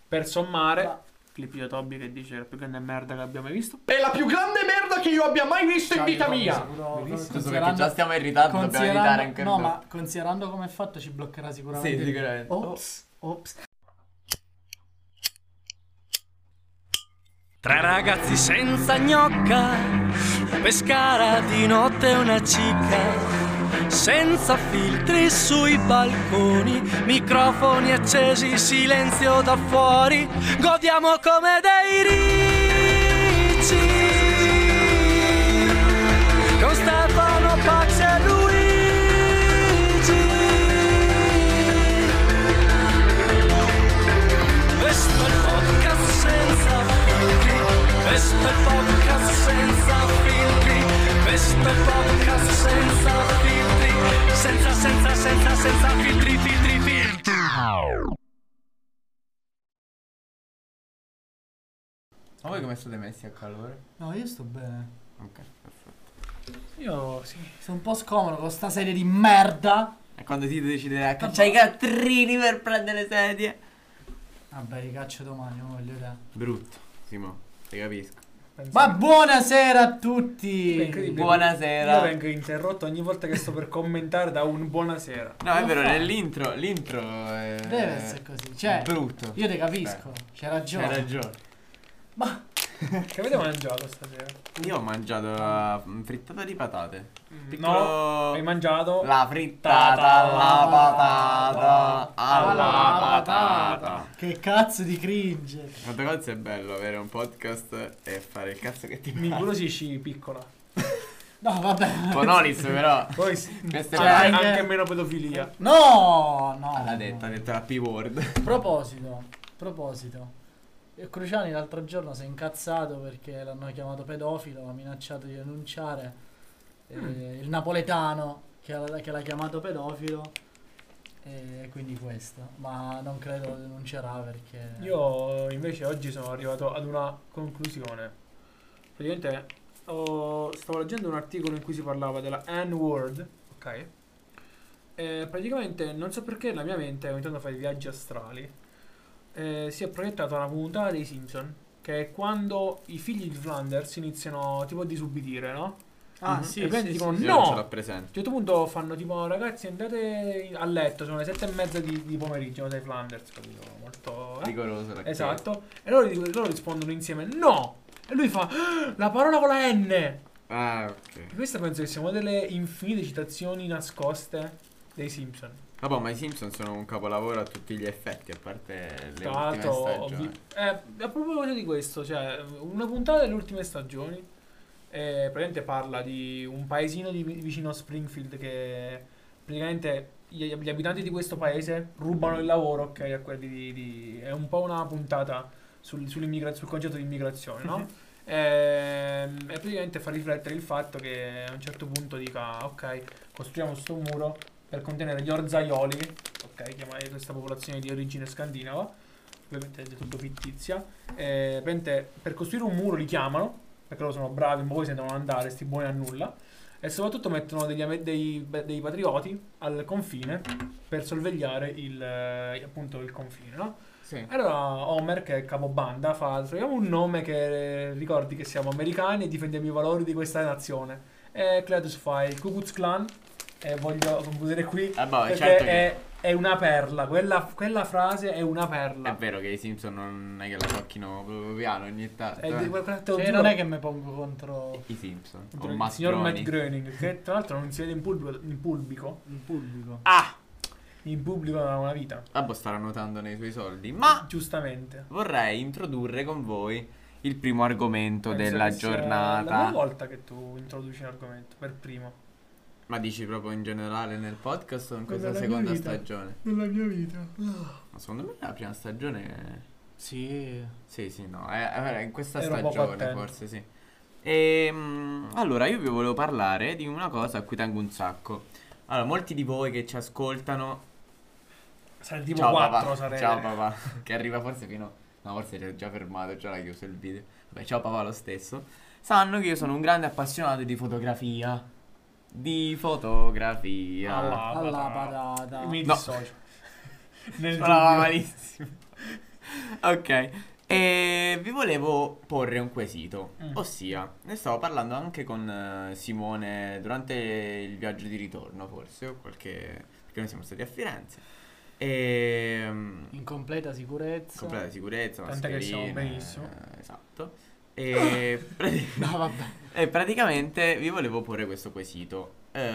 Per sommare, clip di Toby che dice la più grande merda che abbiamo mai visto. È la più grande merda che io abbia mai visto in vita mia. Scusa, perché già stiamo in ritardo, dobbiamo editare anche no, ma considerando come è fatto ci bloccherà sicuramente. Sì, sicuramente. Ops. Tre ragazzi senza gnocca, Pescara di notte una cicca, senza filtri sui balconi, microfoni accesi, silenzio da fuori, godiamo come dei ricci, con Stefano, Pax e Luigi. Questo è il podcast senza filtri, questo è il podcast senza filtri, questo è il podcast senza filtri, senza filtri. Ma voi come state messi a calore? No, io sto bene. Ok, perfetto. Io sì. Sono un po' scomodo con sta serie di merda. E quando ti deciderà a cacciare i gattrini per prendere le sedie? Vabbè, li caccio domani, non voglio vedere. Brutto, Simo, ti capisco. Ma buonasera a tutti. Incredibile. Buonasera. Io vengo interrotto ogni volta che sto per commentare da un buonasera. No, è Non vero, fa. l'intro è... Deve essere così. Cioè, brutto. io te capisco. C'hai ragione. Hai ragione. Ma Che avete mangiato stasera? Io ho mangiato la frittata di patate. No, hai mangiato La frittata alla patata. Alla Alla patata. che cazzo di cringe. Quanto cazzo è bello avere un podcast e fare il cazzo che ti Mi pare. incuriosisci piccola. No, vabbè. Bonolis però. Poi sì, Queste c'è parole- anche meno pedofilia. No. L'ha detto, ha detto la P-word. Proposito. E Cruciani l'altro giorno si è incazzato perché l'hanno chiamato pedofilo, ha minacciato di denunciare il napoletano che l'ha chiamato pedofilo, e quindi questo. Ma non credo lo denuncerà perché... Io invece oggi sono arrivato ad una conclusione. Praticamente stavo leggendo un articolo in cui si parlava della N-word, ok? E praticamente non so perché la mia mente, ogni tanto fa i viaggi astrali, si è proiettata una puntata dei Simpson, che è quando i figli di Flanders iniziano tipo a disubbidire, no? Ah, Mhm. sì, E quindi sì, dicono sì. Io non ce l'ho no! A un presente. certo punto fanno tipo ragazzi andate a letto, sono le 7:30 di pomeriggio dai Flanders, capito? Molto Rigoroso la esatto. E loro rispondono insieme no! E lui fa "Ah, la parola con la N! Ah, ok. E questa penso che siano delle infinite citazioni nascoste dei Simpson. Vabbè, ma i Simpson sono un capolavoro a tutti gli effetti, a parte le Tra ultime l'altro, stagioni. a proposito di questo, cioè una puntata delle ultime stagioni praticamente parla di un paesino vicino a Springfield che praticamente gli abitanti di questo paese rubano il lavoro, ok, a quelli è un po' una puntata sul concetto di immigrazione, no? E praticamente fa riflettere il fatto che a un certo punto dica ok, costruiamo sto muro per contenere gli orzaioli, ok, chiamare questa popolazione di origine scandinava, ovviamente è tutto fittizia. Praticamente per costruire un muro li chiamano perché loro sono bravi, ma poi se ne devono andare, sti buoni a nulla. E soprattutto mettono dei patrioti al confine per sorvegliare appunto il confine, no? Sì. Allora Homer, che è capobanda, fa troviamo un nome che ricordi che siamo americani e difendiamo i valori di questa nazione. E Cletus fa il Ku Klux Klan, e voglio concludere qui boh, perché certo che- è una perla, quella frase è una perla. È vero che i Simpson non è che la tocchino proprio piano ogni tanto. Te lo Cioè, giuro, non è che mi pongo contro I Simpson. contro O il signor Matt Mastroeni. Groening, che tra l'altro non si vede in pubblico il pubblico. in pubblico da una vita, Vabbè, starà notando nei suoi soldi. Ma giustamente. vorrei introdurre con voi il primo argomento Penso della che sia la giornata. prima volta che tu introduci un argomento per primo. Ma dici proprio in generale nel podcast o in questa Nella seconda mia vita. stagione? Nella mia vita. Ma secondo me la prima stagione... Sì. Sì, no, in questa Ero poco stagione attento. forse sì. Allora, io vi volevo parlare di una cosa a cui tengo un sacco. Allora, molti di voi che ci ascoltano... Sarà tipo Ciao 4 papà, sarebbe. ciao papà, che arriva forse fino... No, forse è già fermato, già l'ha chiuso il video. Vabbè, ciao papà lo stesso. Sanno che io sono un grande appassionato di fotografia. Di fotografia. Alla Alla patata. patata. Mi No. dissocio. Nel Suonava dubbio. malissimo. Ok. E vi volevo porre un quesito, Mm. ossia, ne stavo parlando anche con Simone durante il viaggio di ritorno, forse, o qualche... perché noi siamo stati a Firenze. E... In completa sicurezza. completa sicurezza, Tant'è che siamo mascherine, benissimo. esatto. E, No, vabbè. e praticamente vi volevo porre questo quesito.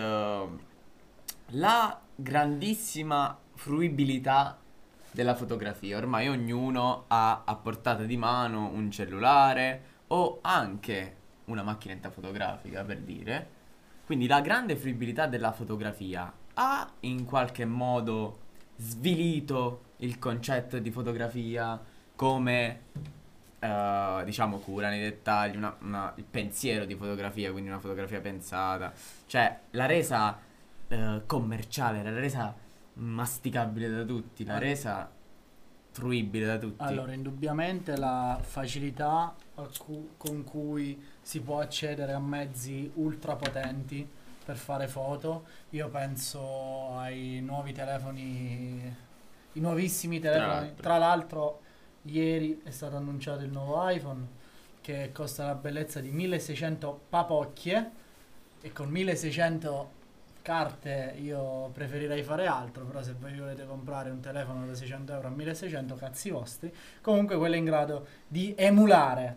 La grandissima fruibilità della fotografia. Ormai ognuno ha a portata di mano un cellulare o anche una macchinetta fotografica, per dire. Quindi la grande fruibilità della fotografia ha in qualche modo svilito il concetto di fotografia come diciamo cura nei dettagli, il pensiero di fotografia, quindi una fotografia pensata, cioè la resa commerciale, la resa masticabile da tutti, la resa fruibile da tutti. Allora, indubbiamente la facilità con cui si può accedere a mezzi ultra potenti per fare foto. Io penso ai nuovi telefoni, i nuovissimi telefoni. Tra l'altro, ieri è stato annunciato il nuovo iPhone che costa la bellezza di 1600 papocchie, e con 1600 carte io preferirei fare altro, però se voi volete comprare un telefono da 600 euro a 1600, cazzi vostri. Comunque quello è in grado di emulare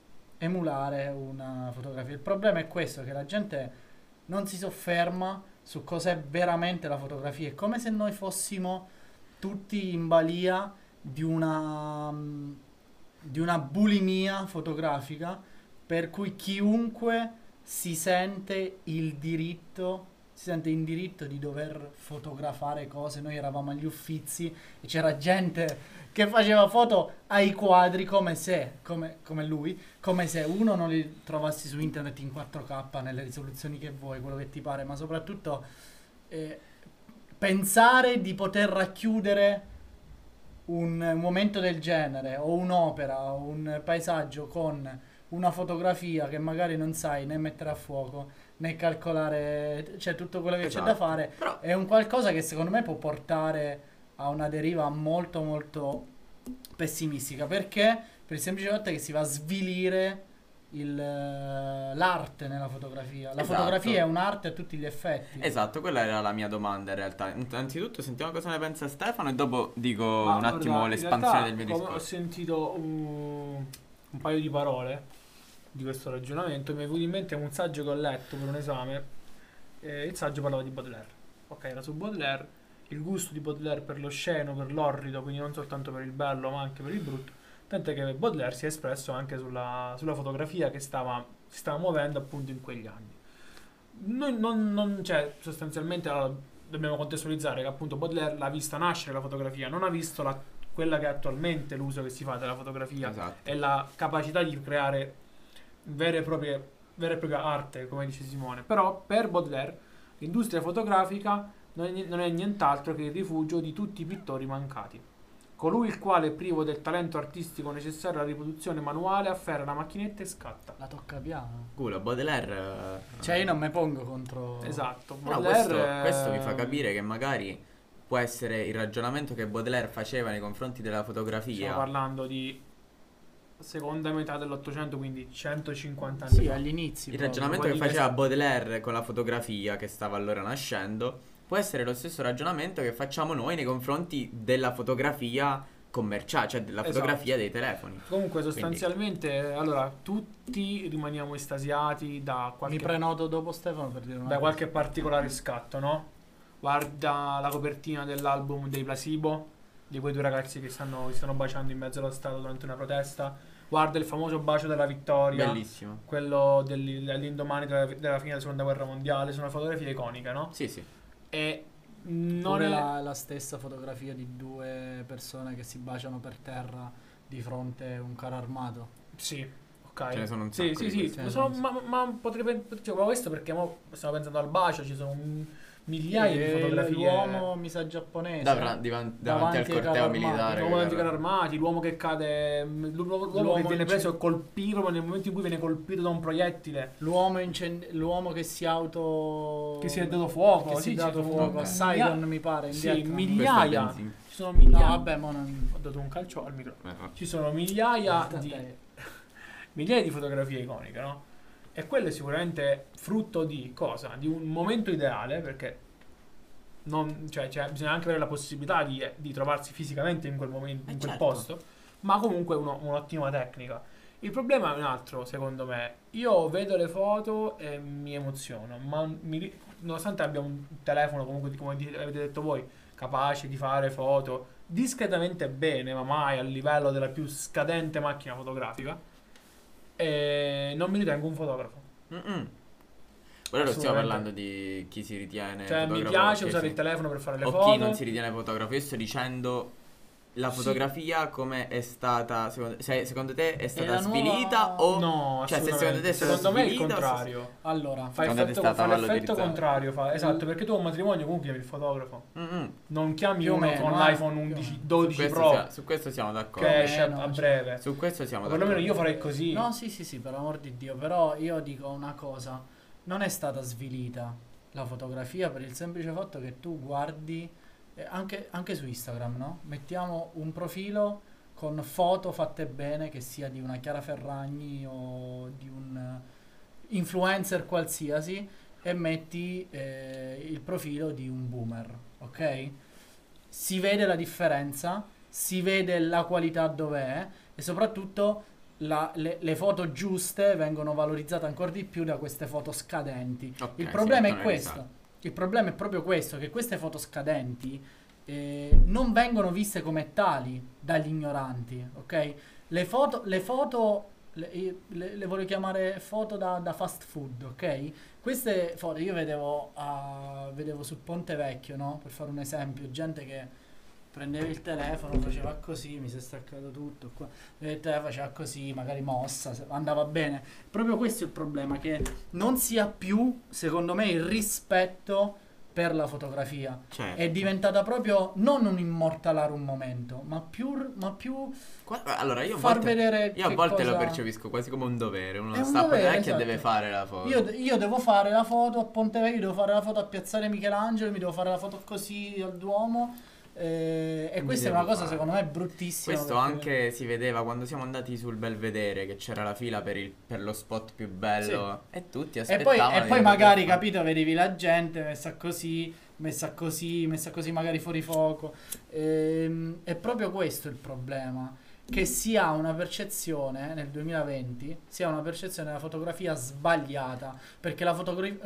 una fotografia. Il problema è questo, che la gente non si sofferma su cos'è veramente la fotografia. È come se noi fossimo tutti in balia di una bulimia fotografica, per cui chiunque si sente in diritto di dover fotografare cose. Noi eravamo agli Uffizi e c'era gente che faceva foto ai quadri come se uno non li trovassi su internet in 4K nelle risoluzioni che vuoi, quello che ti pare, ma soprattutto pensare di poter racchiudere un momento del genere, o un'opera, o un paesaggio, con una fotografia che magari non sai né mettere a fuoco né calcolare, cioè tutto quello che c'è da fare. Però È un qualcosa che secondo me può portare a una deriva molto molto pessimistica, perché per il semplice fatto che si va a svilire l'arte nella fotografia. La Esatto. fotografia è un'arte a tutti gli effetti. esatto, quella era la mia domanda in realtà. Innanzitutto sentiamo cosa ne pensa Stefano e dopo dico Ma un attimo guarda, in l'espansione realtà, del mio come discorso. ho sentito un paio di parole di questo ragionamento, mi è venuto in mente un saggio che ho letto per un esame. Il saggio parlava di Baudelaire. Ok, era su Baudelaire, il gusto di Baudelaire per lo sceno, per l'orrido, quindi non soltanto per il bello ma anche per il brutto. Tant'è che Baudelaire si è espresso anche sulla fotografia che si stava muovendo appunto in quegli anni. Cioè, sostanzialmente allora, dobbiamo contestualizzare che appunto Baudelaire l'ha vista nascere la fotografia, non ha visto quella che è attualmente l'uso che si fa della fotografia Esatto. e la capacità di creare vera e propria arte, come dice Simone. Però per Baudelaire l'industria fotografica non è nient'altro che il rifugio di tutti i pittori mancati. Colui il quale, privo del talento artistico necessario alla riproduzione manuale, afferra la macchinetta e scatta. La tocca piano. Culo, Baudelaire Cioè io non mi pongo contro. Esatto. però Baudelaire, questo mi fa capire che magari può essere il ragionamento che Baudelaire faceva nei confronti della Stiamo fotografia. parlando di seconda metà dell'Ottocento, quindi 150 anni Sì, fa. agli inizi. Il proprio. ragionamento che Vuol dire faceva che- Baudelaire con la fotografia che stava allora nascendo può essere lo stesso ragionamento che facciamo noi nei confronti della fotografia commerciale, cioè della Esatto. fotografia dei telefoni. Comunque sostanzialmente allora tutti rimaniamo estasiati da Mi qualche, prenoto dopo Stefano per dire una da cosa. qualche particolare scatto, no? Guarda la copertina dell'album dei Placebo, di quei due ragazzi che si stanno baciando in mezzo allo stadio durante una protesta. Guarda il famoso bacio della vittoria, Bellissimo. quello all'indomani della fine della seconda guerra mondiale. Sono fotografie iconiche, no? Sì, sì. E non Pure è la stessa fotografia di due persone che si baciano per terra di fronte a un carro armato. sì, ok. Ce ne sono un Sì, sacco sì, di sì. questi. Ce ne Sono- sono ma potrei cioè, questo perché mo stiamo pensando al bacio, ci sono migliaia di fotografie. L'uomo mi sa giapponese. Davanti Davanti al ai corteo carri armati. militare. L'uomo davanti ai carri armati, l'uomo che cade, l'uomo che viene in preso cen- e colpito, ma nel momento in cui viene colpito da un proiettile L'uomo che si auto. che si è dato fuoco, Che si sì, è dato ci fuoco. sono A Saigon mi pare. In sì, Vietnam. migliaia. Questo è Ci sono migliaia. No, vabbè, mo non... Ho dato un calcio al microfono. No. Ci sono migliaia Vabbè. di fotografie iconiche, no? E quello è sicuramente frutto di cosa? Di un momento ideale, perché bisogna anche avere la possibilità di trovarsi fisicamente in quel momento, in quel certo. posto, ma comunque un'ottima tecnica. Il problema è un altro, secondo me. Io vedo le foto e mi emoziono, ma nonostante abbia un telefono, comunque, come avete detto voi, capace di fare foto discretamente bene, ma mai a livello della più scadente macchina fotografica, non mi ritengo un fotografo. Ora stiamo Assolutamente. parlando di chi si ritiene Cioè, mi fotografo, piace che usare sì. il telefono per fare le o foto. chi non si ritiene fotografo. Io sto dicendo la Sì. fotografia come è stata, secondo te è stata la nuova- svilita o No, cioè se assolutamente. secondo te è stata Secondo me è il svilita o se- contrario. Allora, Fa Secondo te è effetto, stata fa l'effetto valorizzata. contrario. Esatto, perché tu a un matrimonio comunque chiami il fotografo. Non chiami Più o uno meno, con l'iPhone 11, 12 Questo Pro su questo siamo d'accordo. che Più o esce meno, a cioè. breve. Su questo siamo O d'accordo. perlomeno io farei così. no, sì, per amor di Dio, però io dico una cosa, non è stata svilita la fotografia per il semplice fatto che tu guardi, anche su Instagram, no? Mettiamo un profilo con foto fatte bene, che sia di una Chiara Ferragni o di un influencer qualsiasi, e metti il profilo di un boomer, ok? Si vede la differenza, si vede la qualità dov'è, e soprattutto le foto giuste vengono valorizzate ancora di più da queste foto scadenti. Ok, Il sì, problema è mettono le questo. risate. Il problema è proprio questo, che queste foto scadenti non vengono viste come tali dagli ignoranti, ok? Le foto le voglio chiamare foto da fast food, ok? Queste foto io vedevo sul Ponte Vecchio, no? Per fare un esempio, gente che prendeva il telefono, faceva così, mi si è staccato tutto qua, faceva così, magari mossa, andava bene. Proprio questo è il problema, che non si ha più, secondo me, il rispetto per la fotografia. Certo. È diventata proprio non un immortalare un momento, ma più Allora io a far volte, vedere io a che volte lo cosa- percepisco quasi come un dovere. Uno È un sta dovere, non è che esatto. deve fare la foto. Io devo fare la foto a Ponte Vecchio, devo fare la foto a Piazzale Michelangelo, mi devo fare la foto così al Duomo, e Mi questa è devo una cosa fare. secondo me bruttissima. Questo perché- anche si vedeva quando siamo andati sul Belvedere, che c'era la fila per lo spot più bello e tutti E poi, aspettavano. e poi di magari, poter capito, vedevi la gente messa così, messa così magari fuori fuoco. È proprio questo il problema, che si ha una percezione nel 2020, si ha una percezione della fotografia sbagliata, perché la fotografia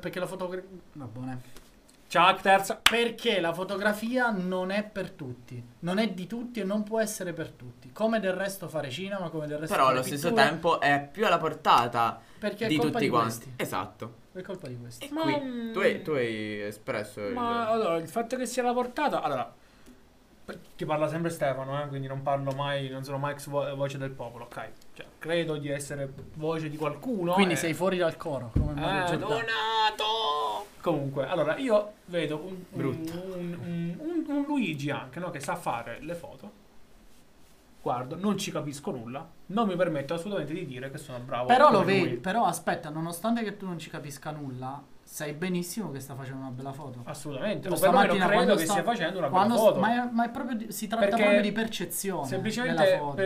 va bene. Ciao, terza. Perché la fotografia non è per tutti, non è di tutti e non può essere per tutti, come del resto fare cinema, come del resto Però fare allo stesso pittura, tempo è più alla portata perché è di colpa tutti di quanti. questi. Esatto. È colpa di questi. E Ma- qui tu hai espresso Ma allora, il fatto che sia la portata, allora, ti parla sempre Stefano, quindi non parlo mai, non sono mai ex voce del popolo, ok? Cioè, credo di essere voce di qualcuno. Quindi sei fuori dal coro, come Mario Giordano. Donato! Comunque, allora, io vedo Brutto. un Luigi anche, no? Che sa fare le foto. Guardo, non ci capisco nulla, non mi permetto assolutamente di dire che sono bravo. Però lo come lui. vedi, però aspetta, nonostante che tu non ci capisca nulla, sai benissimo che sta facendo una bella foto. Assolutamente, Tu o perlomeno stamattina credo quando che sta- stia facendo una quando bella foto. ma è proprio si tratta Perché proprio di percezione Semplicemente della foto.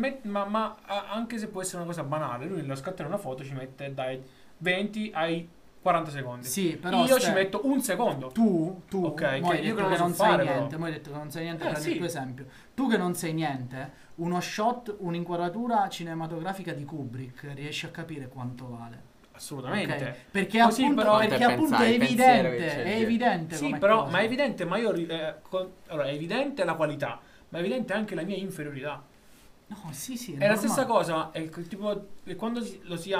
anche se può essere una cosa banale, lui nello scattare una foto ci mette dai 20 ai 40 secondi. Sì, però io ci metto un secondo. tu Ok, mo che hai io detto che non lo so sai fare, niente, però. mo hai detto che non sai niente, prendi Sì. il tuo esempio. Tu che non sai niente, uno shot, un'inquadratura cinematografica di Kubrick, riesci a capire quanto vale. Assolutamente. Ok? Perché Così, appunto, però, perché te appunto è pensai, il pensiero che evidente, c'è è dietro. evidente Sì, come però, cosa. ma è evidente, ma io allora, è evidente la qualità, ma è evidente anche la mia inferiorità. No, sì, È è la normale. stessa cosa, è tipo quando lo si ha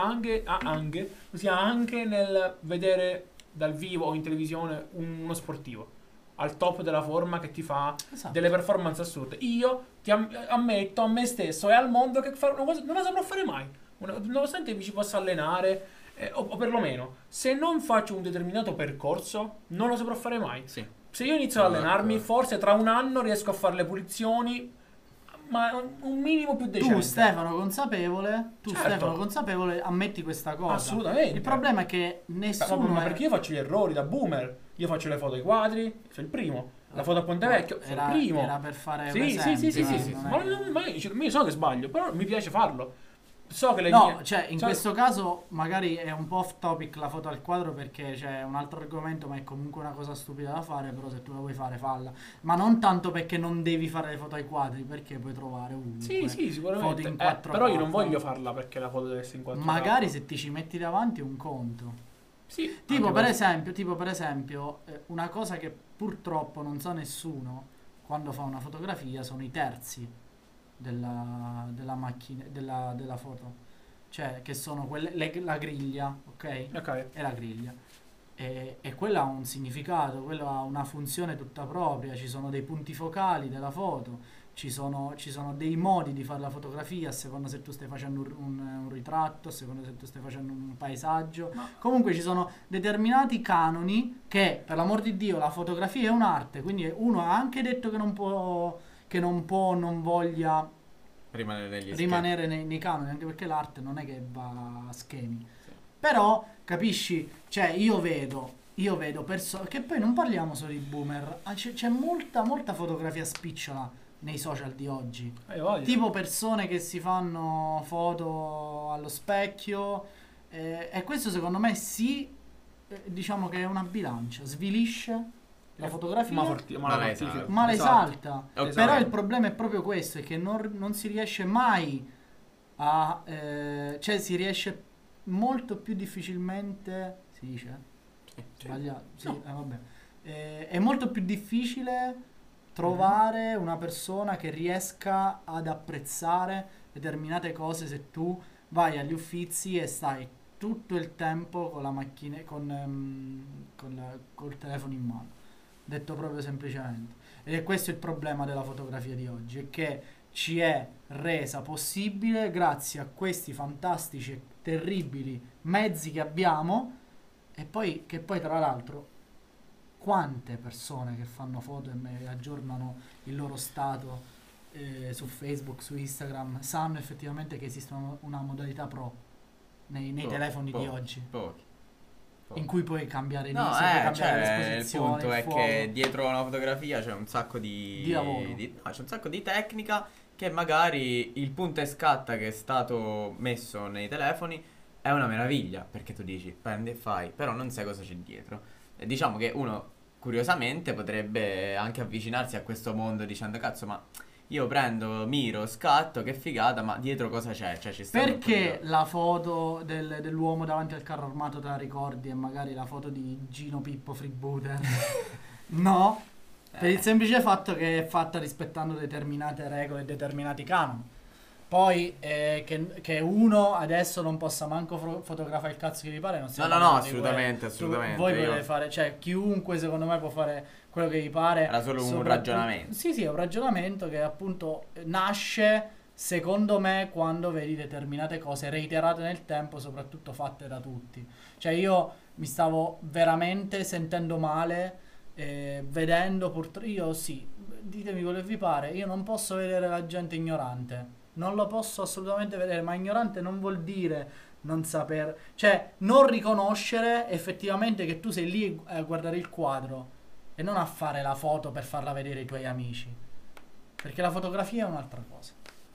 anche nel vedere dal vivo o in televisione uno sportivo al top della forma che ti fa Esatto. delle performance assurde. Io ti ammetto a me stesso e al mondo che fare una cosa non la saprò fare mai. Nonostante mi ci possa allenare, o perlomeno, se non faccio un determinato percorso, non lo saprò fare mai. Sì. Se io inizio ad Sono allenarmi, d'accordo. forse tra un anno riesco a fare le punizioni, ma un minimo più decente. Tu Stefano Certo. consapevole ammetti questa cosa. Assolutamente. Il problema è che nessuno Ma è- perché io faccio gli errori da boomer. Io faccio le foto ai quadri, sono il primo. La foto a Ponte Vecchio, sono il primo. Era per fare un Sì, esempio, sì, sì, sì, sì, sì. sì. non è Ma che- io so che sbaglio, però mi piace farlo. So che le No, mie... cioè in so- questo caso magari è un po' off topic la foto al quadro perché c'è un altro argomento, ma è comunque una cosa stupida da fare, però se tu la vuoi fare falla. Ma non tanto perché non devi fare le foto ai quadri, perché puoi trovare ovunque Sì, sì, sicuramente. foto in 4K. Però io non voglio farla perché la foto deve essere in 4K. Magari se ti ci metti davanti un conto. Sì, Tipo anche per esempio, una cosa che purtroppo non sa nessuno quando fa una fotografia sono i terzi della macchina, della foto. Cioè, che sono la griglia, ok? Ok. È la griglia. E quella ha un significato, quella ha una funzione tutta propria, ci sono dei punti focali della foto, ci sono dei modi di fare la fotografia a seconda se tu stai facendo un ritratto, a seconda se tu stai facendo un paesaggio. Comunque ci sono determinati canoni che, per l'amor di Dio, la fotografia è un'arte, quindi uno ha anche detto che non voglia Rimanere negli schemi. rimanere nei canoni, anche perché l'arte non è che va a schemi. Però, capisci? Cioè, io vedo persone che poi non parliamo solo di boomer, c'è molta fotografia spicciola nei social di oggi. Voglio. Tipo persone che si fanno foto allo specchio e questo secondo me diciamo che è una bilancia, svilisce la fotografia, Ma la esalta. ma la esalta. Ok. Però il problema è proprio questo, è che non si riesce mai cioè si riesce molto più difficilmente, si dice? Sbagliato. Sì, No. vabbè. È molto più difficile trovare una persona che riesca ad apprezzare determinate cose se tu vai agli Uffizi e stai tutto il tempo con la macchina col telefono in mano, detto proprio semplicemente. Ed è questo il problema della fotografia di oggi, è che ci è resa possibile grazie a questi fantastici e terribili mezzi che abbiamo, e poi che poi tra l'altro quante persone che fanno foto e aggiornano il loro stato su Facebook, su Instagram, sanno effettivamente che esiste una modalità pro nei telefoni di oggi, Pochi. in cui puoi cambiare No, l'ISO, puoi cambiare il l'esposizione, punto è fuoco. che dietro una fotografia c'è un sacco Di lavoro. no, c'è un sacco di tecnica che magari il punto e scatta che è stato messo nei telefoni è una meraviglia, perché tu dici prendi e fai, però non sai cosa c'è dietro. E diciamo che uno curiosamente potrebbe anche avvicinarsi a questo mondo dicendo cazzo, ma io prendo, miro, scatto, che figata, ma dietro cosa c'è? Cioè, ci sta un po' Perché di- la foto dell'uomo davanti al carro armato te la ricordi e magari la foto di Gino Pippo Freebooter? No, per il semplice fatto che è fatta rispettando determinate regole e determinati canoni. Poi che uno adesso non possa manco fotografare il cazzo che gli pare, non stiamo No, parlando di assolutamente, quello. assolutamente. Voi Io- potete fare, cioè chiunque secondo me può fare quello che gli pare. Era solo un soprattutto- ragionamento. Sì, è un ragionamento che appunto nasce, secondo me, quando vedi determinate cose reiterate nel tempo, soprattutto fatte da tutti. Cioè io mi stavo veramente sentendo male vedendo purtroppo, ditemi quello che vi pare, io non posso vedere la gente ignorante. Non lo posso assolutamente vedere, ma ignorante non vuol dire non saper, cioè non riconoscere effettivamente che tu sei lì a guardare il quadro e non a fare la foto per farla vedere ai tuoi amici, perché la fotografia è un'altra cosa.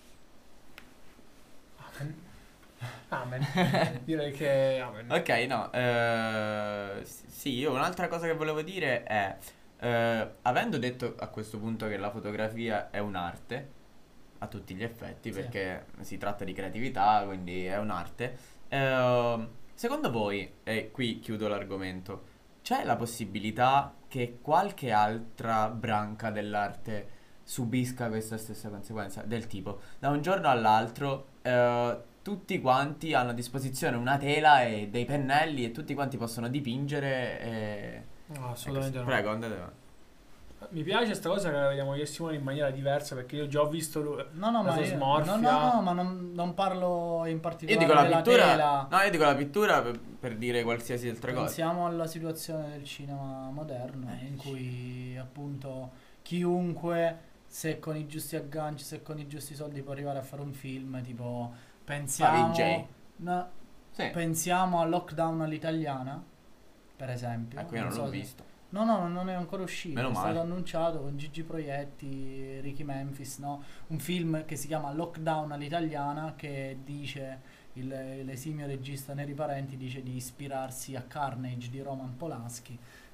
Amen. Direi che amen. Ok, no, sì, io un'altra cosa che volevo dire è, avendo detto a questo punto che la fotografia è un'arte, a tutti gli effetti, Sì. perché si tratta di creatività, quindi è un'arte, secondo voi, e qui chiudo l'argomento, c'è la possibilità che qualche altra branca dell'arte subisca questa stessa conseguenza? Del tipo, da un giorno all'altro tutti quanti hanno a disposizione una tela e dei pennelli e tutti quanti possono dipingere No, assolutamente no. Prego, andate avanti. Mi piace questa cosa che la vediamo io e Simone in maniera diversa, perché io già ho visto No, la ma sua io, smorfia. no, ma non parlo in Io particolare dico la della pittura, tela. no, io dico la pittura per dire qualsiasi altra cosa. Pensiamo alla situazione del cinema moderno, in cui appunto chiunque, se con i giusti agganci, se con i giusti soldi può arrivare a fare un film, tipo pensiamo VJ. no, Sì, pensiamo a Lockdown all'italiana, per esempio. ecco, io non so l'ho se- visto. No, non è ancora uscito. Meno È male. stato annunciato con Gigi Proietti, Ricky Memphis, no? Un film che si chiama Lockdown all'italiana, che dice, l'esimio regista Neri Parenti dice di ispirarsi a Carnage di Roman Polanski.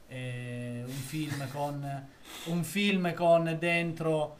Un film con dentro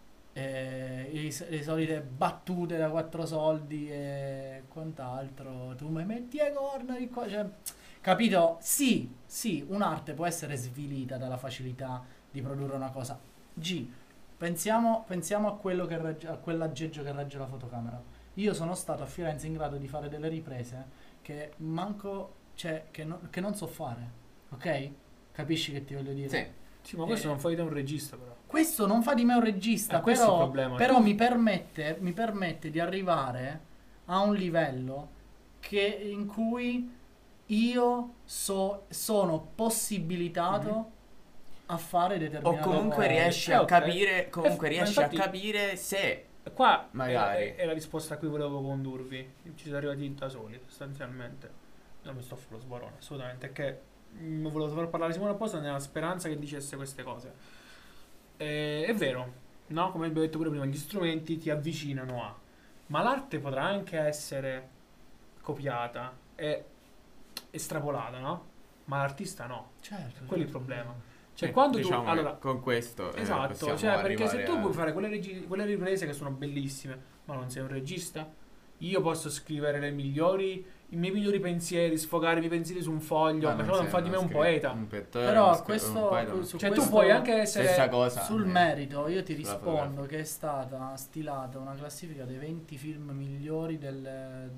le solite battute da 4 soldi e quant'altro. Tu mi metti le corna di qua, cioè, capito? Sì, un'arte può essere svilita dalla facilità di produrre una cosa. Pensiamo a quello a quell'aggeggio che regge la fotocamera. Io sono stato a Firenze in grado di fare delle riprese che manco, cioè, che non so fare, ok? Capisci che ti voglio dire? Sì. Sì, ma questo non fa di te un regista, però. Questo non fa di me un regista, Questo è il però, problema. però mi permette di arrivare a un livello in cui io sono possibilitato a fare O determinate comunque cose. riesci a ok. capire, Ma infatti- se Qua magari è la risposta a cui volevo condurvi. Ci siamo arrivati da soli, sostanzialmente. Non mi sto a fare lo sbarone, assolutamente. È che mi volevo far parlare Simone apposta nella speranza che dicesse queste cose. È vero, no? Come abbiamo detto pure prima, gli strumenti ti avvicinano a. Ma l'arte potrà anche essere copiata e estrapolata, no? Ma l'artista no. Certo, Quello è il certo. problema. Cioè, quando diciamo tu. che Allora, con questo esatto, possiamo cioè, perché se arrivare tu a- puoi fare quelle riprese che sono bellissime, ma non sei un regista, io posso scrivere i miei migliori pensieri, sfogare i miei pensieri su un foglio, ma non fa di me un poeta. Però questo, su Cioè, questo, tu puoi anche essere. stessa cosa sul merito io ti sulla rispondo fotografia. che è stata stilata una classifica dei 20 film migliori dal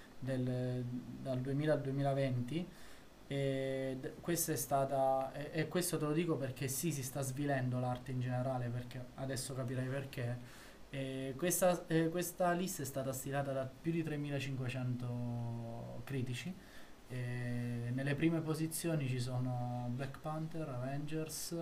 2000 al 2020 e questa è stata e questo te lo dico perché sì, si sta svilendo l'arte in generale, perché adesso capirai perché. Questa lista è stata stilata da più di 3500 critici. Nelle prime posizioni ci sono Black Panther, Avengers,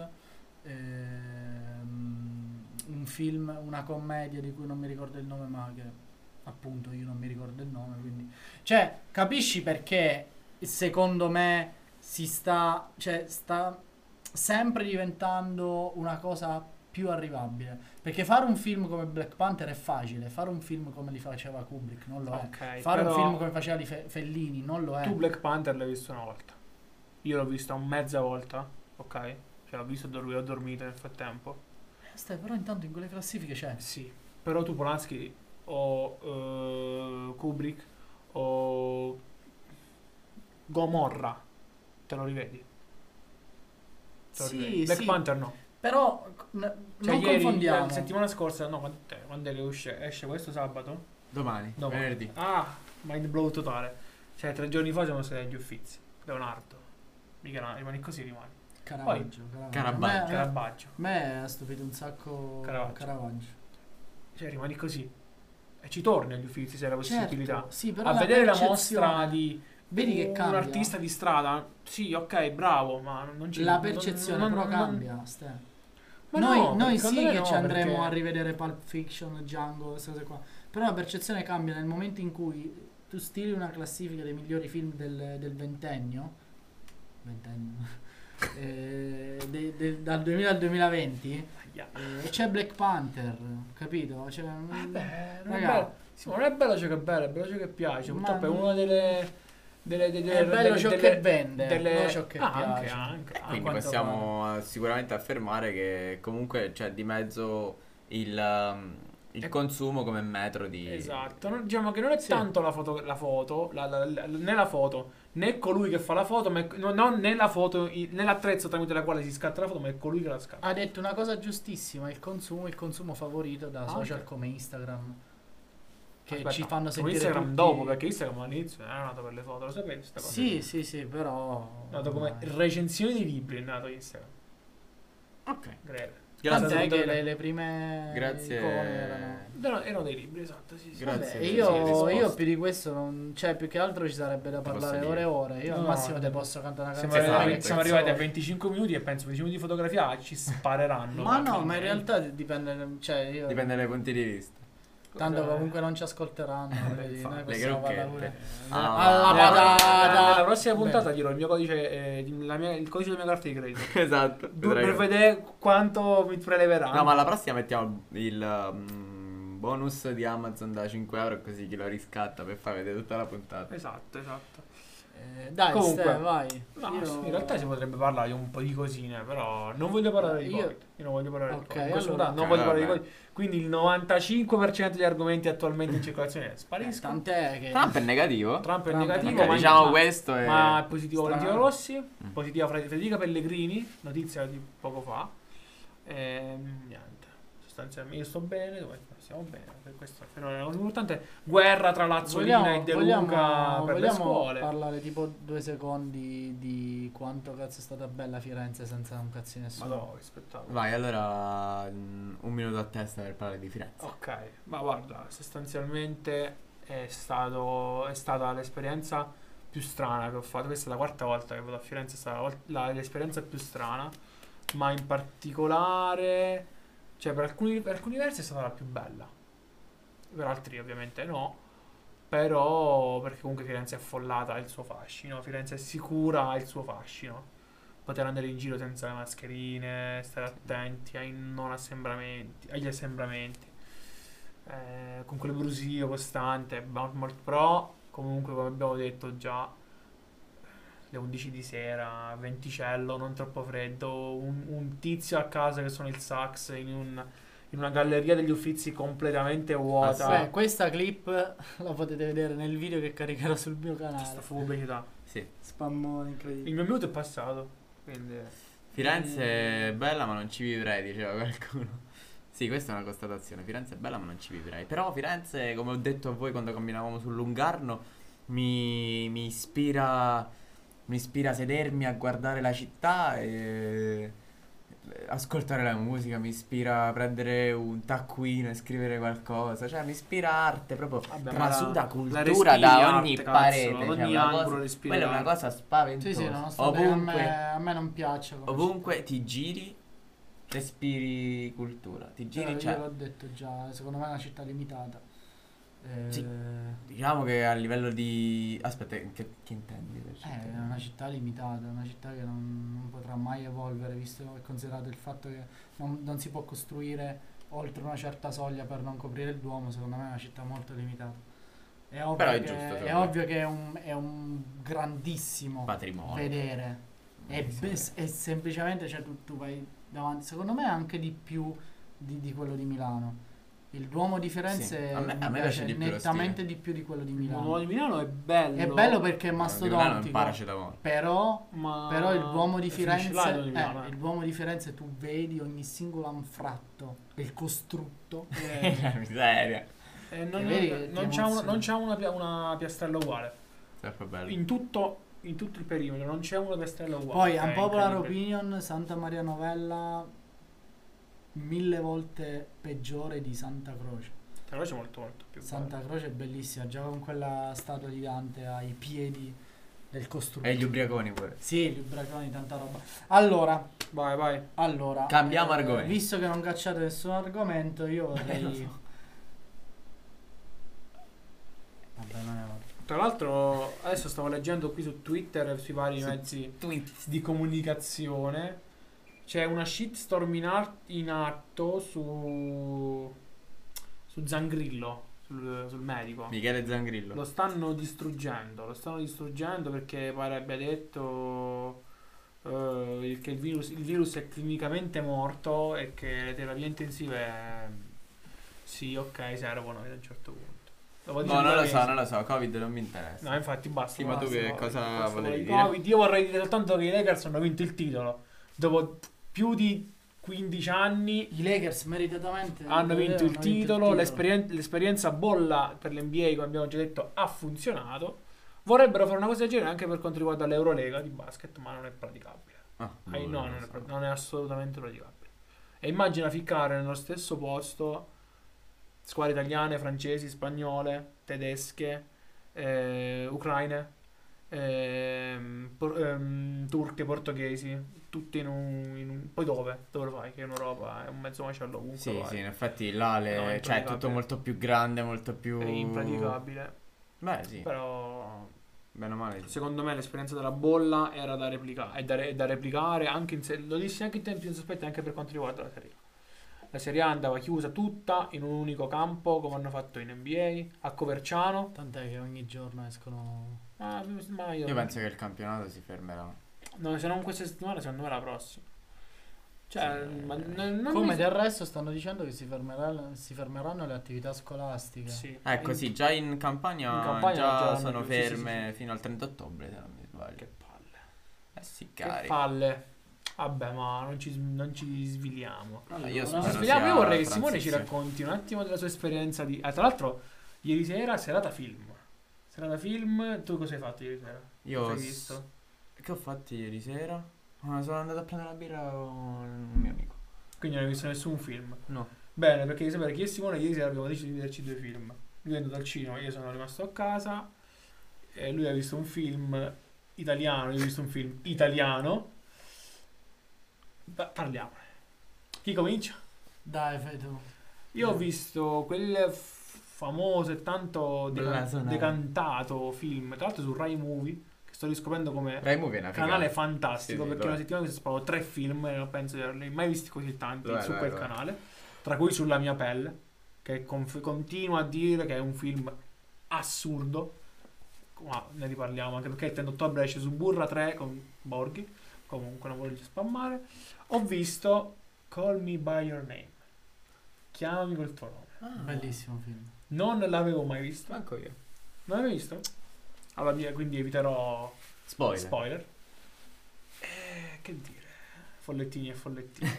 un film, una commedia di cui non mi ricordo il nome, ma che appunto io non mi ricordo il nome, quindi cioè capisci perché secondo me sta sempre diventando una cosa più arrivabile, perché fare un film come Black Panther è facile, fare un film come li faceva Kubrick non lo è, Ok, fare un però film come faceva Fellini non lo è. Tu Black Panther l'hai visto una volta. Io l'ho visto mezza volta, ok? Cioè l'ho visto e ho dormito nel frattempo. Stai, però intanto in quelle classifiche c'è. Sì, però tu Polanski o Kubrick o Gomorra te lo rivedi? Te lo Sì, rivedi? Black sì. Panther no. Però Cioè non ieri, confondiamo. la settimana scorsa, no, quando è che esce questo sabato? Domani, No, venerdì. Ah, mind blow totale. Cioè 3 giorni fa siamo stati agli Uffizi. Leonardo. Mica rimani così, rimani. Caravaggio. Caravaggio. Carabaggio. Me ha stupito un sacco Caravaggio. Caravaggio. Cioè rimani così. E ci torni agli Uffizi se hai la possibilità. Certo, sì, però A la vedere la percezione- mostra di Vedi che un cambia. artista di strada. Sì, ok, bravo, ma non ci La percezione non- però non- cambia, Ste. Ma Noi, no, noi secondo sì me che no, ci andremo perché- a rivedere Pulp Fiction, Django, queste cose qua. Però la percezione cambia nel momento in cui tu stili una classifica dei migliori film del ventennio dal 2000 al 2020 e c'è Black Panther, capito? Cioè, Non è raga, bello. Sì, ma non è bello ciò che è bello, è bello ciò che piace. Ma Purtroppo è non- una delle è bello ciò che vende, non ciò che piace. Anche, Quindi quanto possiamo sicuramente affermare che comunque c'è di mezzo il consumo come metro di... vale. Esatto, diciamo che non è Sì. tanto né la foto, né colui che fa la foto, non né la foto, né l'attrezzo tramite la quale si scatta la foto, ma è colui che la scatta. Ha detto una cosa giustissima, il consumo favorito da social Anche. come Instagram, che Aspetta, ci fanno su sentire Instagram tutti- dopo, perché Instagram all'inizio non era nato per le foto, lo sapete sta cosa? Sì, però È nato come ormai- recensioni di libri, è nato Instagram. Ok. Greve. Grazie. Tant'è che Grazie. le prime Grazie. icone Erano dei libri, esatto, sì, sì. Grazie. Vabbè, per io, le risposte. io più di questo non, cioè più che altro ci sarebbe da Ti posso parlare ore dire. e ore. Io al No, massimo no, te posso cantare una Siamo, canzone. fare arrivati, siamo questo. arrivati a 25 minuti e penso 25 minuti di fotografia ci spareranno. Ma no, ma in Quindi- realtà dipende, cioè io Dipende dai punti di vista. Tanto comunque non ci ascolteranno, quindi infatti. noi Le possiamo parlare crocchette. pure. Ah, Alla patata. Nella prossima Bene. puntata dirò il mio codice, il codice della mia carta di credito. Esatto. Per vedere quanto mi preleveranno. No, ma alla prossima mettiamo il bonus di Amazon da 5 euro così chi lo riscatta per far vedere tutta la puntata. Esatto. Dai, Comunque, Ste, vai. No, Io- in realtà si potrebbe parlare di un po' di cosine, però non voglio parlare di Io- Covid. Io non voglio parlare Ok, di Covid. In questo allora- momento non voglio parlare di vabbè. Covid. Quindi il 95% degli argomenti attualmente in circolazione spariscono. Tant'è che Trump è negativo? Trump è Trump è negativo, Ok, ma, diciamo ma- questo è... ma è positivo Strano. Valentino Rossi, positiva Federica Pellegrini, notizia di poco fa. Niente, sostanzialmente io sto bene, stiamo bene, per questo è la cosa importante. Guerra tra Lazzolina e De Luca per le scuole. parlare tipo 2 secondi di quanto cazzo è stata bella Firenze senza un cazzo di nessuno. Madonna, che spettacolo. Vai, allora un minuto a testa per parlare di Firenze. Ok, ma guarda, sostanzialmente è stata l'esperienza più strana che ho fatto. Questa è la quarta volta che vado a Firenze, è stata l'esperienza più strana, ma in particolare, cioè per alcuni versi è stata la più bella, per altri ovviamente no, però perché comunque Firenze è affollata, ha il suo fascino, Firenze è sicura, ha il suo fascino. Poter andare in giro senza le mascherine, stare attenti agli assembramenti, con quel brusio costante, però comunque come abbiamo detto già, le 11 di sera, venticello, non troppo freddo, un tizio a casa che suona il sax in una galleria degli Uffizi completamente vuota. Beh, questa clip la potete vedere nel video che caricherò sul mio Questa canale. fu pubblicità. Sì. Spammone incredibile. Il mio minuto è passato, quindi Firenze è bella ma non ci vivrei, diceva qualcuno. Sì, questa è una constatazione. Firenze è bella ma non ci vivrei. Però Firenze, come ho detto a voi quando camminavamo sul Lungarno, mi ispira a sedermi a guardare la città e ascoltare la musica, mi ispira a prendere un taccuino e scrivere qualcosa, cioè mi ispira arte proprio, Vabbè, trasuda la cultura respiri da arte, ogni cazzo, parete, ad cioè ogni una angolo cosa- respiri quella è una arte. cosa spaventosa. Sì, nonostante ovunque, a me non piaccia. come ovunque ti giri, respiri cultura, ti città. giri, Io cioè, l'ho detto già, secondo me è una città limitata. Sì. diciamo che a livello di... Aspetta, che intendi per città? È una città limitata, una città che non potrà mai evolvere, visto e considerato il fatto che non si può costruire oltre una certa soglia per non coprire il Duomo. Secondo me è una città molto limitata. È ovvio Però è che, giusto, secondo è me. ovvio che è un grandissimo Patrimonio. vedere. È semplicemente, cioè tu vai davanti, secondo me anche di più di quello di Milano. Il Duomo di Firenze Sì, a me mi piace di più lo nettamente stile. di più di quello di Il Milano. Duomo di Milano è bello. È bello perché è Milano è un mastodontico. paracetamolo. Però ma il Duomo di è Firenze, Firenze, di Milano, il Duomo di Firenze tu vedi ogni singolo anfratto del costrutto. Miseria. non, vedi che ti non c'ha emoziona. una piastrella uguale. Troppo bello. In tutto il perimetro non c'è una piastrella uguale. Poi, È unpopular incredibile. opinion, Santa Maria Novella 1000 volte peggiore di Santa Croce. La Croce è molto più Santa Croce è bellissima, già con quella statua di Dante ai piedi del costrutto. E gli ubriaconi pure. Sì, gli ubriaconi, tanta roba. Allora, Vai. eh, Cambiamo argomento. Visto che non cacciate nessun argomento, io vorrei... Vabbè, non è vero. Tra l'altro adesso stavo leggendo qui su Twitter e sui vari Su mezzi di comunicazione. C'è una shitstorm in atto su Zangrillo, sul medico. Michele Zangrillo. Lo stanno distruggendo perché pare abbia detto che il virus è clinicamente morto e che le terapie intensive sì, ok, servono ad un certo punto. Dopo No, non lo 19 so, mesi. non lo so, Covid non mi interessa. No, infatti basta. Sì, ma tu basta, che Covid, cosa basta volevi Covid. dire? Io vorrei dire soltanto che i Lakers hanno vinto il titolo. Dopo più di 15 anni I Lakers meritatamente hanno vinto il hanno titolo, l'esperienza bolla per l'NBA, come abbiamo già detto, ha funzionato. Vorrebbero fare una cosa del genere anche per quanto riguarda l'Eurolega di basket, ma non è praticabile. Ah, No, non non, lo è, so. non è assolutamente praticabile. E immagina ficcare nello stesso posto squadre italiane, francesi, spagnole, tedesche, ucraine turche, portoghesi, tutte poi dove lo fai? Che in Europa è un mezzo macello ovunque Sì, vai. sì, in effetti là No, è cioè, è tutto impraticabile. molto più grande, molto più... È impraticabile. Beh, sì, Però bene o male. Sì. secondo me l'esperienza della bolla era da replicare, è da replicare anche lo dissi anche in tempi non sospetti anche per quanto riguarda la Serie A. La Serie A andava chiusa tutta in un unico campo come hanno fatto in NBA, a Coverciano. Tant'è che ogni giorno escono. Ma Io penso che il campionato si fermerà. no, se non questa settimana, secondo me la prossima. Cioè, Sì. ma non Come mi- del resto stanno dicendo che si fermeranno le attività scolastiche. Sì. Ecco, sì, già in Campania, In Campania già già sono hanno chiuso, sì, ferme sì, sì. fino al 30 ottobre, se non mi sbaglio. Che palle. Eh sì, Che cari. palle. Vabbè, ma non ci sviliamo. Io Non spero ci sviliamo. Io sia vorrei che Simone ci transizione. racconti un attimo della sua esperienza di... tra l'altro, ieri sera, serata film. Serata film, tu cosa hai fatto ieri sera? Io Cosa hai s- visto? Che ho fatto ieri sera? Sono andato a prendere la birra con un mio amico. Quindi non hai visto nessun film. No. Bene, perché devi sapere che io e Simone ieri sera abbiamo deciso di vederci 2 film. Lui è andato al cinema, io sono rimasto a casa. E lui ha visto un film italiano, io ho visto un film italiano. Parliamone. Chi comincia? Dai, fai tu. Io ho visto quel famoso e tanto Blasonato. decantato film, tra l'altro su Rai Movie, che sto riscoprendo come Rai Movie è una canale figata. fantastico, Sì, sì, perché lo una è. settimana mi sono sparato 3 film e non penso di averli mai visti così tanti Lo è, su lo è, quel lo è. canale, tra cui Sulla mia pelle, che continua a dire che è un film assurdo, ma ne riparliamo anche perché il 30 ottobre esce su Burra 3 con Borghi, comunque non voglio spammare. Ho visto Call Me By Your Name, chiamami col tuo nome. Bellissimo film. Non l'avevo mai visto. Manco io. Non l'avevi visto? Allora, quindi eviterò Spoiler. spoiler. Che dire? Follettini e follettini.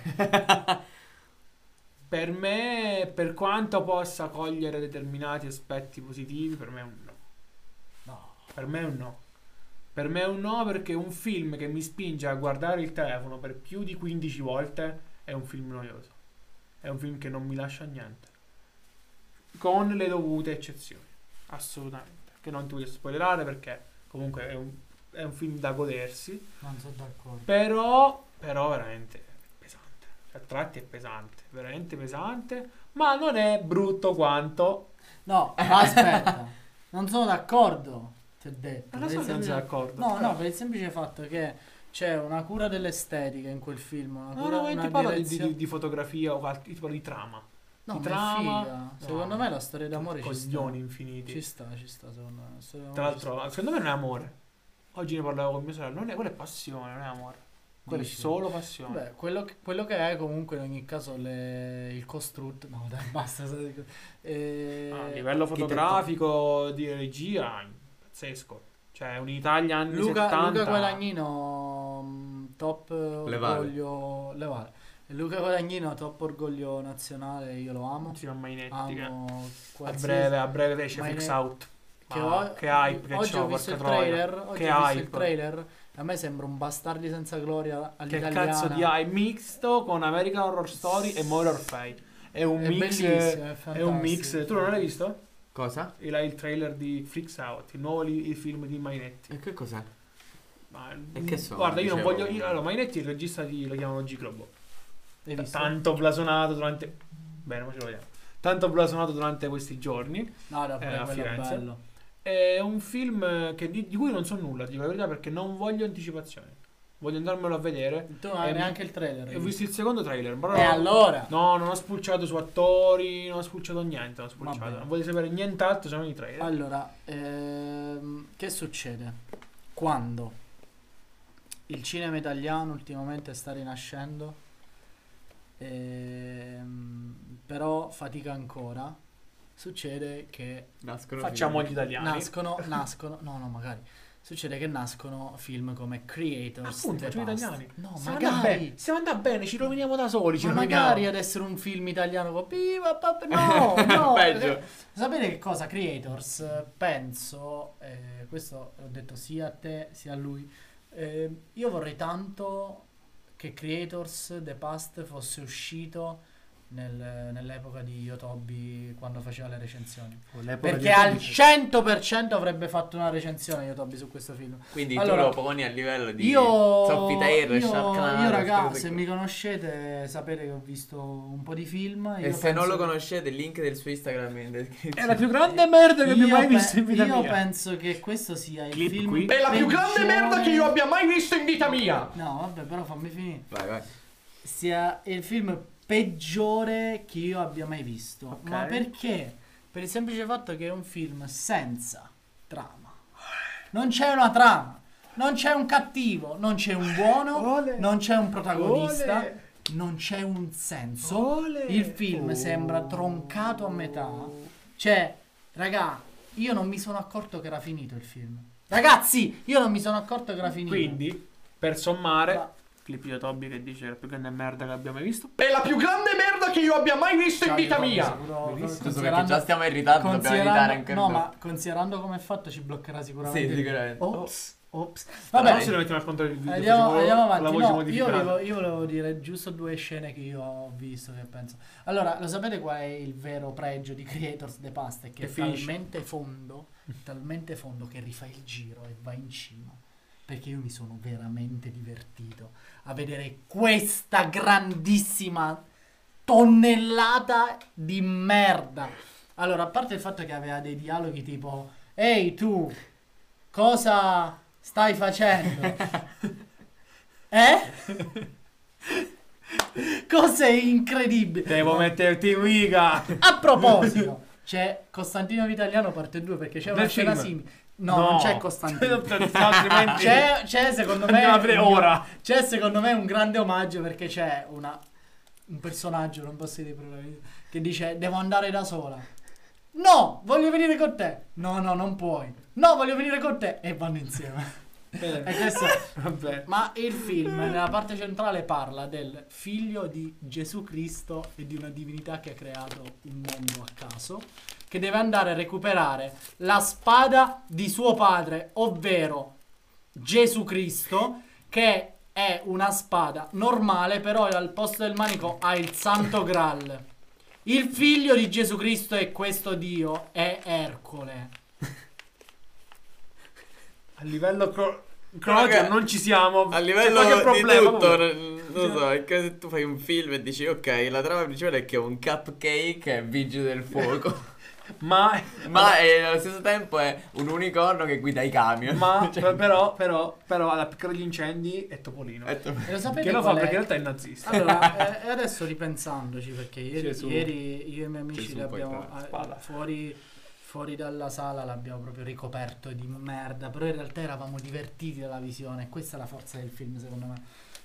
Per me, per quanto possa cogliere determinati aspetti positivi, per me è un no. No. Per me è un no. Per me è un no perché un film che mi spinge a guardare il telefono per più di 15 volte è un film noioso. È un film che non mi lascia niente. Con le dovute eccezioni. Assolutamente. Che non ti voglio spoilerare perché comunque è un film da godersi. Non sono d'accordo. Però veramente pesante. Cioè, a tratti è pesante. Veramente pesante. Ma non è brutto quanto... No, ma aspetta. Non sono d'accordo. Ti ho detto. Non lo so Per se non il sei semplice- d'accordo. No, no, per il semplice fatto che c'è una cura dell'estetica in quel film. Una No, cura, no, ma una ti parlo direzione- di fotografia o ti parlo di trama. No, di ma è trama. figa. No. Secondo me la storia d'amore ci sta. Coglioni infiniti. Ci sta, secondo me. La storia Tra d'amore ci l'altro, secondo me non è amore. Oggi ne parlavo con mia sorella. Non è, quello è passione, non è amore. Quello Dici? è solo sta. passione. Beh, quello che è comunque in ogni caso il costrutto. No, dai, basta. A livello architetto- fotografico, di regia, pazzesco. Cioè, un'Italia anni Luca 70. Guadagnino, top Levale. orgoglio. Levale. E Luca Guadagnino, top orgoglio nazionale. Io lo amo. Si chiama Mainetti. Che Amo a breve esce Mainetti- Fix Out. Che, Che hype che oggi c'ho, ho visto porca il troia. trailer. Oggi Che ho visto il hype. trailer. A me sembra un Bastardi senza gloria Che all'italiana. cazzo di hype misto con American Horror Story e Murder Fate. È un È mix. bellissimo, È un mix. Tu non l'hai visto? Cosa? Il trailer di Freaks Out, il nuovo il film di Mainetti. E che cos'è? Ma, E che so, guarda, io non dicevo- voglio. Allora, Mainetti è il regista di. Lo chiamano G-Globo. Hai visto? Tanto blasonato durante. Bene, ma ce lo vediamo. Tanto blasonato durante questi giorni. No, da pure a quello è Firenze. bello. È un film di cui non so nulla, ti dico la verità, perché non voglio anticipazioni. Voglio andarmelo a vedere. Tu non hai E neanche il trailer. Ho visto il secondo trailer. Però E allora? no, non ho spulciato su attori, non ho spulciato niente. Non ho spulciato. Vabbè. Non voglio sapere nient'altro se non i trailer. Allora, che succede? Quando il cinema italiano ultimamente sta rinascendo, però fatica ancora, succede che Nascono Facciamo gli film. italiani. no, magari. Succede che nascono film come Creators. Appunto, The facciamo Past. italiani. No, Se andrà bene, magari. se andrà bene, ci roviniamo da soli. Ci Ma roviniamo. magari ad essere un film italiano con no, no. Peggio. Sapete che cosa? Creators, penso, questo l'ho detto sia a te sia a lui, io vorrei tanto che Creators The Past fosse uscito nell'epoca di Yotobi quando faceva le recensioni. L'epoca Perché di al Yotobi. 100% avrebbe fatto una recensione Yotobi su questo film. Quindi Allora, tu lo poni a livello di Io, Soffitair, io, Sharknado, io raga, queste se cose mi qua. conoscete sapete che ho visto un po' di film. E io se non penso lo che- conoscete, il link del suo Instagram in descrizione. È la più grande merda che abbia io mai pe- visto in vita io mia. penso che questo sia il Clip film qui. È la più grande peggiore- merda che io abbia mai visto in vita mia. No, vabbè, però fammi finire. Vai. Sia il film peggiore che io abbia mai visto. Ok. Ma perché? Per il semplice fatto che è un film senza trama. Non c'è una trama, non c'è un cattivo, non c'è un buono, Ole. non c'è un protagonista, Ole. non c'è un senso. Ole. Il film sembra troncato a metà. Cioè, raga, io non mi sono accorto che era finito il film. Ragazzi, io non mi sono accorto che era finito. Quindi, per sommare, Ma- clip di Yotobi che dice la più grande merda che abbia mai visto. È la più grande merda che io abbia mai visto in Ciao, vita Yotobi, mia. sicuro- Giusto perché già stiamo in ritardo, dobbiamo evitare anche no, noi. ma considerando come è fatto ci bloccherà sicuramente. Sì, sicuramente. Ops, ops. Vabbè, Vabbè, se lo mettiamo al conto del video. andiamo facciamo andiamo la avanti. voce No, modificata. io volevo dire giusto due scene che io ho visto che penso. Allora, lo sapete qual è il vero pregio di Creators The Past? È che Che è finisce. talmente fondo che rifà il giro e va in cima. Perché io mi sono veramente divertito a vedere questa grandissima tonnellata di merda. Allora, a parte il fatto che aveva dei dialoghi tipo: ehi tu, cosa stai facendo? Cose incredibili. Devo metterti in riga. A proposito, c'è Costantino Vitaliano parte 2 perché c'è una Nel scena film? simile. No, non c'è Costantino. Altrimenti C'è secondo me andiamo a vedere ora. C'è secondo me un grande omaggio perché c'è un personaggio, non posso dire proprio, che dice: devo andare da sola. No, voglio venire con te. No, non puoi. No, voglio venire con te. E vanno insieme. E questo Vabbè. Ma il film nella parte centrale parla del figlio di Gesù Cristo e di una divinità che ha creato un mondo a caso, che deve andare a recuperare la spada di suo padre, ovvero Gesù Cristo, che è una spada normale, però al posto del manico ha il Santo Graal. Il figlio di Gesù Cristo e questo Dio è Ercole. A livello cronologico non ci siamo. A livello C'è qualche di problema, tutto, comunque. non so, è che se tu fai un film e dici ok, la trama principale è che un cupcake è vigile del fuoco. Ma allo stesso tempo è un unicorno che guida i camion. Cioè, però alla picca degli incendi è Topolino. E lo sapete Che lo fa qual è? perché in realtà è nazista. Allora, adesso ripensandoci, perché Gesù. ieri io e i miei amici Gesù, l'abbiamo poi, spada. fuori dalla sala l'abbiamo proprio ricoperto di merda, però in realtà eravamo divertiti dalla visione, e questa è la forza del film secondo me.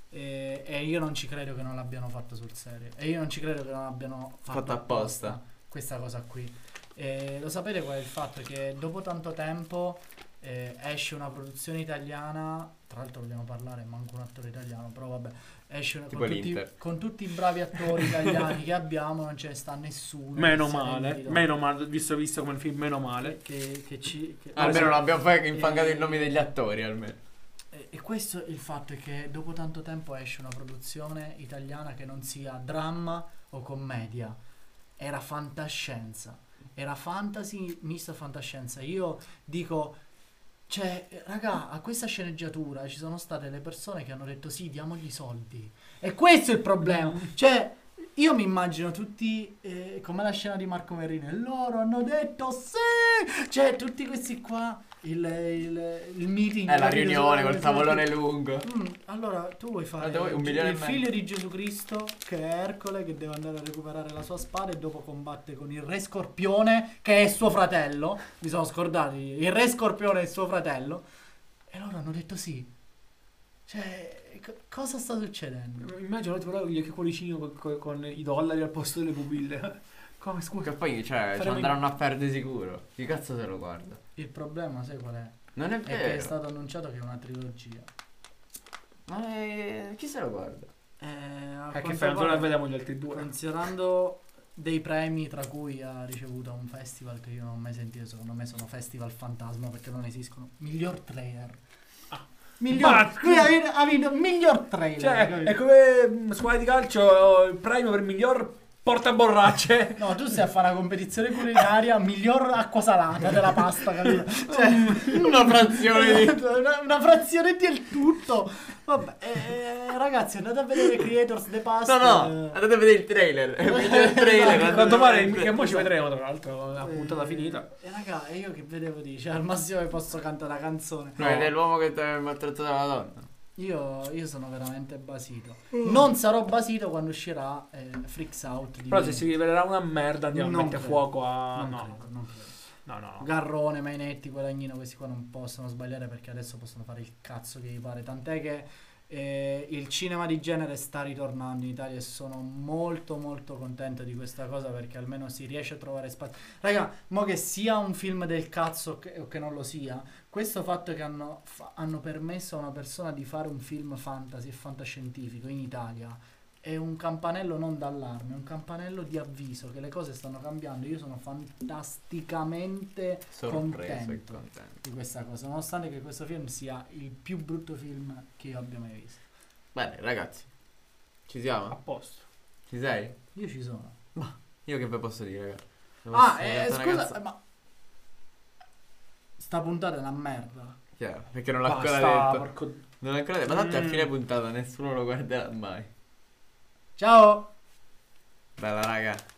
E io non ci credo che non l'abbiano fatto sul serio, e io non ci credo che non abbiano fatto apposta questa cosa qui. E lo sapete qual è il fatto? Che dopo tanto tempo esce una produzione italiana, tra l'altro vogliamo parlare, manco un attore italiano, però vabbè, esce una, Tipo l'Inter. con tutti i bravi attori italiani che abbiamo, non ce ne sta nessuno. Meno che sia male, merito. meno male, visto come il film, meno male. Che almeno non abbiamo poi infangato i nomi degli attori almeno. E questo il fatto è che dopo tanto tempo esce una produzione italiana che non sia dramma o commedia, era fantascienza, era fantasy misto a fantascienza. Io dico, cioè, raga, a questa sceneggiatura ci sono state le persone che hanno detto sì, diamogli i soldi, e questo è il problema. Cioè, io mi immagino tutti come la scena di Marco Merino, e loro hanno detto sì, cioè tutti questi qua, il meeting, È la riunione col tavolone lungo. Allora tu vuoi fare Guarda voi, 1,5 milioni. il figlio di Gesù Cristo, che è Ercole, che deve andare a recuperare la sua spada e dopo combatte con il re Scorpione, che è suo fratello. Mi sono scordati, il re Scorpione è suo fratello, e loro hanno detto sì. Cioè, cosa sta succedendo? Immagino tipo gli cuoricini con i dollari al posto delle pupille. Come, scusa? Che poi, cioè, ci Faremo andranno a perdere sicuro. Chi cazzo se lo guarda? Il problema, sai qual è? Non è È che è vero. stato annunciato che è una trilogia. Ma chi se lo guarda? A Che quanto fai? Non pare, vediamo gli altri due. considerando dei premi, tra cui ha ricevuto un festival che io non ho mai sentito, secondo me sono festival fantasma perché non esistono. Miglior trailer. Ma- Lui ha vinto miglior trailer. Cioè, capito? è come squadra di calcio il premio per miglior porta borracce. No, tu stai a fare la competizione culinaria miglior acqua salata della pasta, capito? Cioè, Una frazione di... una frazione del tutto. Vabbè, ragazzi, andate a vedere Creators the Past. No, andate a vedere il trailer. Il trailer. A quanto pare che mo ci vedremo tra l'altro, la puntata finita. Raga, e io che vedevo di, cioè al massimo che posso cantare la canzone. No, ed è l'uomo che ti ha maltrattato la donna. Io sono veramente basito. Non sarò basito quando uscirà Freaks Out di Però se si rivelerà una merda andiamo a Non mettere credo. fuoco a... Non no. credo, non credo. No. Garrone, Mainetti, Guadagnino, questi qua non possono sbagliare perché adesso possono fare il cazzo che gli pare. Tant'è che il cinema di genere sta ritornando in Italia e sono molto molto contento di questa cosa perché almeno si riesce a trovare spazio. Raga, mo che sia un film del cazzo o che non lo sia, questo fatto che hanno permesso a una persona di fare un film fantasy e fantascientifico in Italia è un campanello non d'allarme, è un campanello di avviso che le cose stanno cambiando. Io sono fantasticamente Sorpreso e contento contento. di questa cosa, nonostante che questo film sia il più brutto film che io abbia mai visto. Bene, ragazzi. Ci A siamo? posto. Ci sei? Io ci sono. Io che vi posso dire, raga? Scusa, ma sta puntata è una merda. Chiaro, perché non l'ho Basta, ancora detto. porco... Non l'ho ancora detto. Ma tanto è a fine puntata, nessuno lo guarderà mai. Ciao! Bella, raga.